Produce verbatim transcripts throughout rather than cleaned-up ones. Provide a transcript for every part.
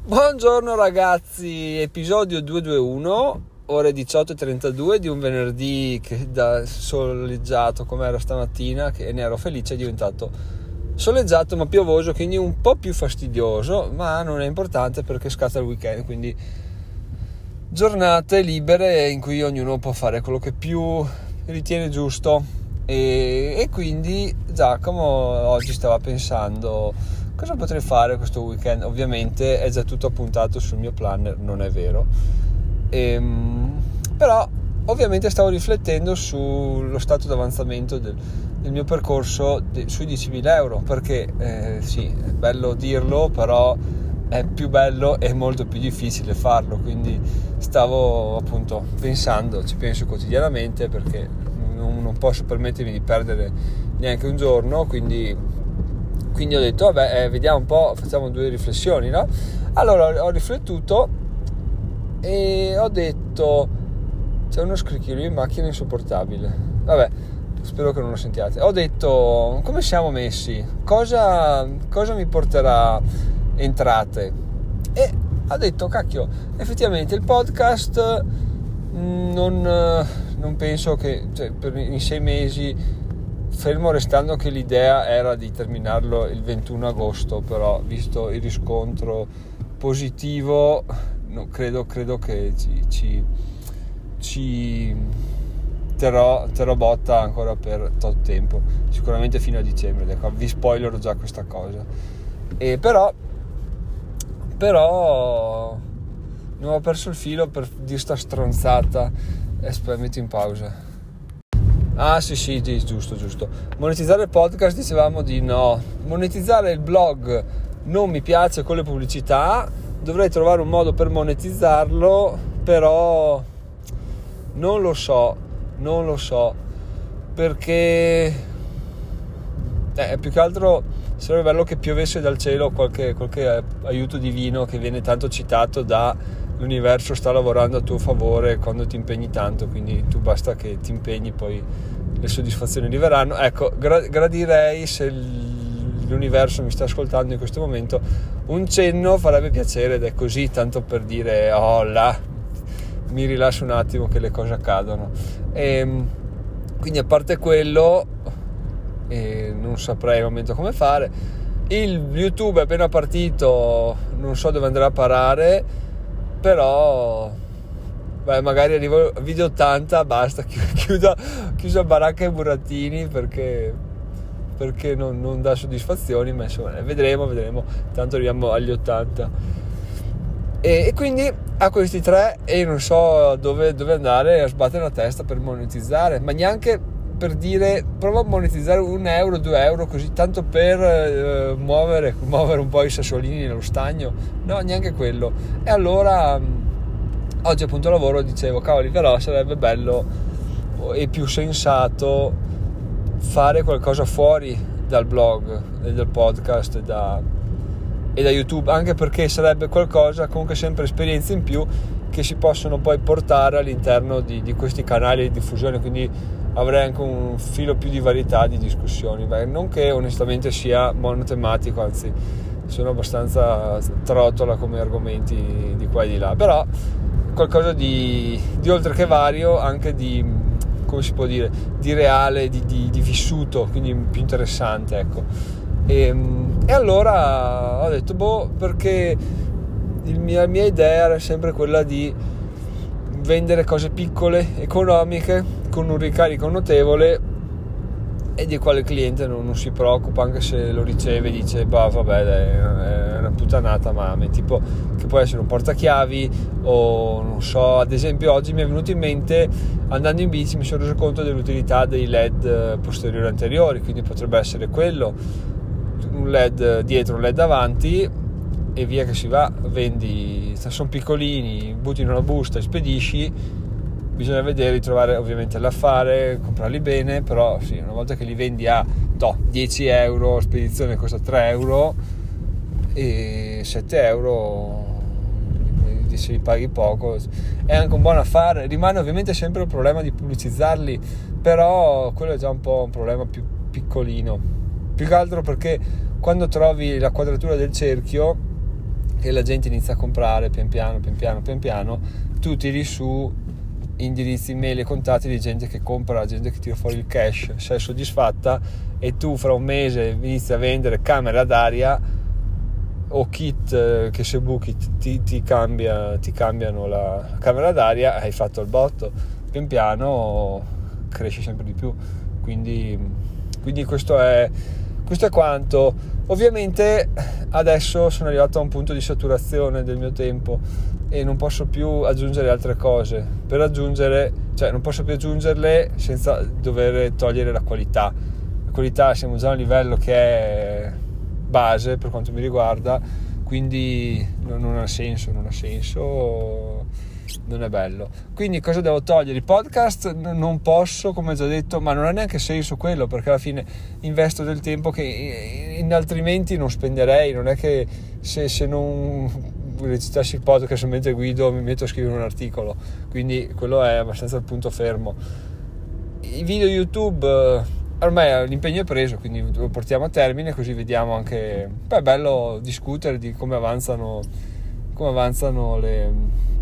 Buongiorno ragazzi, episodio duecentoventuno, ore diciotto e trentadue di un venerdì che da soleggiato come era stamattina, che ne ero felice, è diventato soleggiato ma piovoso, quindi un po' più fastidioso, ma non è importante perché scatta il weekend, quindi giornate libere in cui ognuno può fare quello che più ritiene giusto e, e quindi Giacomo oggi stava pensando cosa potrei fare questo weekend. Ovviamente è già tutto appuntato sul mio planner, non è vero, e, però ovviamente stavo riflettendo sullo stato d'avanzamento del, del mio percorso de, sui diecimila euro, perché eh, sì, è bello dirlo, però è più bello e molto più difficile farlo, quindi stavo appunto pensando, ci penso quotidianamente perché non, non posso permettermi di perdere neanche un giorno, quindi Quindi ho detto, vabbè, eh, vediamo un po', facciamo due riflessioni, no? Allora ho riflettuto e ho detto, c'è uno scricchiolio in macchina insopportabile. Vabbè, spero che non lo sentiate. Ho detto, come siamo messi? Cosa, cosa mi porterà entrate? E ho detto, cacchio, effettivamente il podcast non, non penso che, cioè, per, in sei mesi... fermo restando che l'idea era di terminarlo il ventuno agosto, però visto il riscontro positivo no, credo, credo che ci, ci, ci terrò, terrò botta ancora per tot tempo, sicuramente fino a dicembre, ecco, vi spoilerò già questa cosa. E però però non ho perso il filo per dire sta stronzata. Aspetta, metto in pausa. Ah sì sì, giusto giusto monetizzare il podcast, dicevamo di no. Monetizzare il blog non mi piace con le pubblicità, dovrei trovare un modo per monetizzarlo, però non lo so non lo so perché eh, più che altro sarebbe bello che piovesse dal cielo qualche, qualche aiuto divino che viene tanto citato da l'universo sta lavorando a tuo favore quando ti impegni tanto, quindi tu basta che ti impegni, poi le soddisfazioni arriveranno. Ecco, gra- gradirei, se l'universo mi sta ascoltando in questo momento, un cenno farebbe piacere, ed è così tanto per dire oh là, mi rilascio un attimo che le cose accadono. E quindi a parte quello e non saprei al momento come fare. Il YouTube è appena partito, non so dove andrà a parare, però beh, magari arrivo a video ottanta, basta, chiudo, chiuso baracca e burattini perché, perché non, non dà soddisfazioni, ma insomma vedremo, vedremo, tanto arriviamo agli ottanta. E, e quindi a questi tre e non so dove, dove andare a sbattere la testa per monetizzare, ma neanche per dire prova a monetizzare un euro, due euro, così tanto per eh, muovere, muovere un po' i sassolini nello stagno, no, neanche quello. E allora oggi appunto lavoro, dicevo cavoli, però sarebbe bello e più sensato fare qualcosa fuori dal blog e dal podcast e da, e da YouTube, anche perché sarebbe qualcosa, comunque sempre esperienze in più che si possono poi portare all'interno di, di questi canali di diffusione, quindi avrei anche un filo più di varietà di discussioni. Beh, non che onestamente sia monotematico, anzi sono abbastanza trottola come argomenti di qua e di là, però qualcosa di, di oltre che vario, anche di, come si può dire, di reale, di, di, di vissuto, quindi più interessante, ecco. E, e allora ho detto boh, perché il mia, la mia idea era sempre quella di vendere cose piccole, economiche, con un ricarico notevole e di quale il cliente non, non si preoccupa, anche se lo riceve e dice bah vabbè dai, è una puttanata, ma tipo che può essere un portachiavi o non so. Ad esempio oggi mi è venuto in mente, andando in bici mi sono reso conto dell'utilità dei led posteriori e anteriori, quindi potrebbe essere quello, un led dietro, un led davanti e via che si va. Vendi, sono piccolini, butti in una busta e spedisci. Bisogna vedere, di trovare ovviamente l'affare, comprarli bene, però sì, una volta che li vendi a toh, dieci euro, spedizione costa tre euro e sette euro se li paghi poco è anche un buon affare. Rimane ovviamente sempre il problema di pubblicizzarli, però quello è già un po' un problema più piccolino, più che altro perché quando trovi la quadratura del cerchio che la gente inizia a comprare pian piano, pian piano, pian piano, tu tiri su indirizzi email e contatti di gente che compra, gente che tira fuori il cash, sei soddisfatta, e tu fra un mese inizi a vendere camere ad aria o kit che se buchi ti, ti, cambia, ti cambiano la camera d'aria, hai fatto il botto. Pian piano cresci sempre di più, quindi, quindi questo è questo è quanto. Ovviamente adesso sono arrivato a un punto di saturazione del mio tempo e non posso più aggiungere altre cose. Per aggiungere, cioè non posso più aggiungerle senza dover togliere la qualità. La qualità, siamo già a un livello che è base per quanto mi riguarda, quindi non, non ha senso, non ha senso, non è bello. Quindi cosa devo togliere? I podcast non posso, come ho già detto, ma non ha neanche senso quello, perché alla fine investo del tempo che in altrimenti non spenderei. Non è che se, se non recitassi il podcast mentre guido mi metto a scrivere un articolo, quindi quello è abbastanza il punto fermo. I video YouTube ormai l'impegno è preso, quindi lo portiamo a termine, così vediamo anche. Poi è bello discutere di come avanzano come avanzano le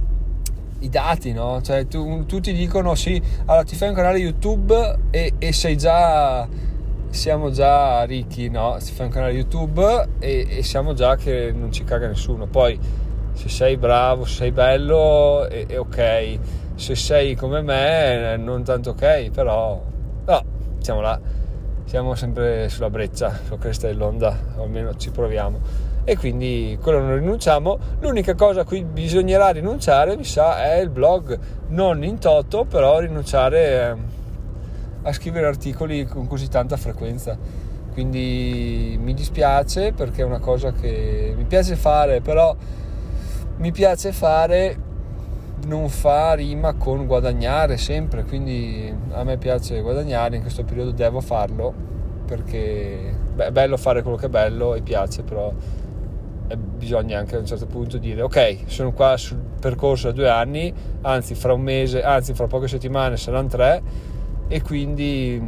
i dati, no? Cioè tu, tutti dicono sì, allora ti fai un canale YouTube e, e sei già siamo già ricchi, no? Ti fai un canale YouTube e, e siamo già che non ci caga nessuno. Poi se sei bravo, se sei bello è, è ok, se sei come me non tanto ok, però no, siamo là, siamo sempre sulla breccia, sulla cresta dell'onda, o almeno ci proviamo. E quindi quello non rinunciamo. L'unica cosa a cui bisognerà rinunciare, mi sa, è il blog, non in toto, però rinunciare a scrivere articoli con così tanta frequenza. Quindi mi dispiace, perché è una cosa che mi piace fare, però mi piace fare non fa rima con guadagnare sempre, quindi a me piace guadagnare, in questo periodo devo farlo, perché beh, è bello fare quello che è bello e piace, però bisogna anche a un certo punto dire ok, sono qua sul percorso da due anni, anzi fra un mese, anzi fra poche settimane saranno tre, e quindi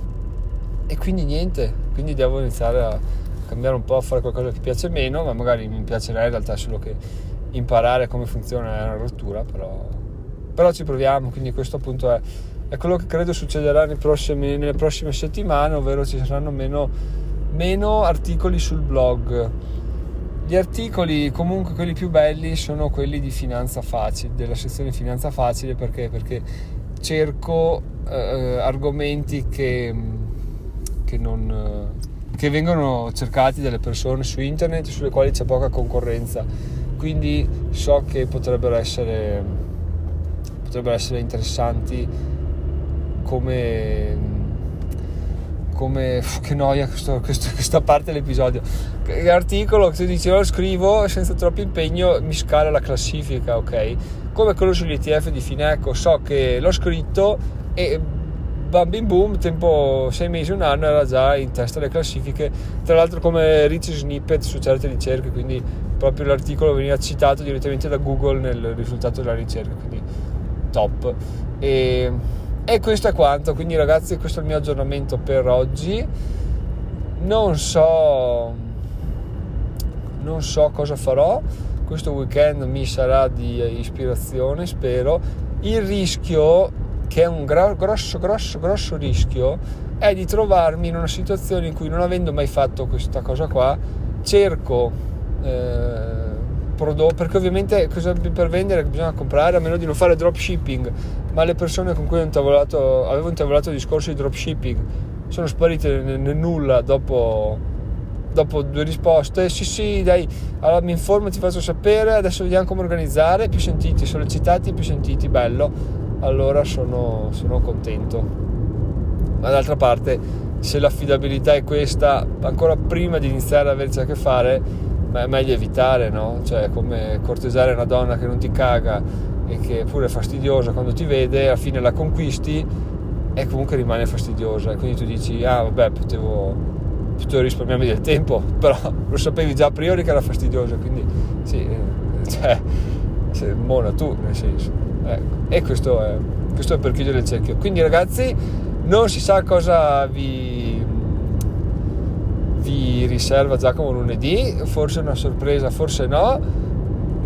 e quindi niente, quindi devo iniziare a cambiare un po', a fare qualcosa che piace meno, ma magari mi piacerà in realtà solo che imparare come funziona una rottura, però, però ci proviamo. Quindi questo appunto è, è quello che credo succederà nei prossimi, nelle prossime settimane, ovvero ci saranno meno, meno articoli sul blog. Gli articoli, comunque quelli più belli, sono quelli di Finanza Facile, della sezione Finanza Facile, perché perché cerco eh, argomenti che, che non che vengono cercati dalle persone su internet, sulle quali c'è poca concorrenza, quindi so che potrebbero essere potrebbero essere interessanti come come che noia questo, questo, questa parte dell'episodio. L'articolo che tu dici lo scrivo senza troppo impegno, mi scala la classifica, ok, come quello sugli E T F di Fineco, so che l'ho scritto e bam bim boom, tempo sei mesi, un anno era già in testa alle classifiche, tra l'altro come rich snippet su certe ricerche, quindi proprio l'articolo veniva citato direttamente da Google nel risultato della ricerca, quindi top. E E questo è quanto, quindi ragazzi, questo è il mio aggiornamento per oggi. Non so non so cosa farò, questo weekend mi sarà di ispirazione, spero. Il rischio, che è un gra- grosso grosso grosso rischio, è di trovarmi in una situazione in cui, non avendo mai fatto questa cosa qua, cerco eh, prodotto, perché ovviamente cosa per vendere bisogna comprare, a meno di non fare dropshipping, ma le persone con cui ho intavolato, avevo intavolato il discorso di dropshipping sono sparite nel, nel nulla dopo, dopo due risposte. Sì sì dai, allora mi informo, ti faccio sapere, adesso vediamo come organizzare, più sentiti, sollecitati, più sentiti, bello, allora sono, sono contento. Ma d'altra parte, se l'affidabilità è questa, ancora prima di iniziare ad averci a che fare, è meglio evitare, no? Cioè, come corteggiare una donna che non ti caga e che pure è fastidiosa quando ti vede, alla fine la conquisti e comunque rimane fastidiosa, e quindi tu dici ah vabbè, potevo, potevo risparmiarmi del tempo, però lo sapevi già a priori che era fastidiosa, quindi sì, cioè mona tu, nel senso, ecco. E questo è, questo è per chiudere il cerchio. Quindi ragazzi, non si sa cosa vi vi riserva Giacomo lunedì, forse una sorpresa, forse no.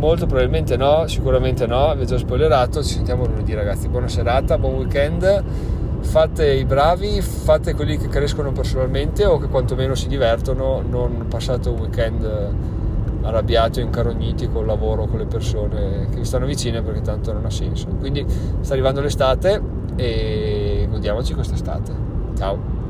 Molto probabilmente no, sicuramente no, vi ho già spoilerato. Ci sentiamo lunedì, ragazzi. Buona serata, buon weekend. Fate i bravi, fate quelli che crescono personalmente o che quantomeno si divertono, non passate un weekend arrabbiati o incarogniti col lavoro, con le persone che vi stanno vicine, perché tanto non ha senso. Quindi sta arrivando l'estate e godiamoci quest'estate. Ciao.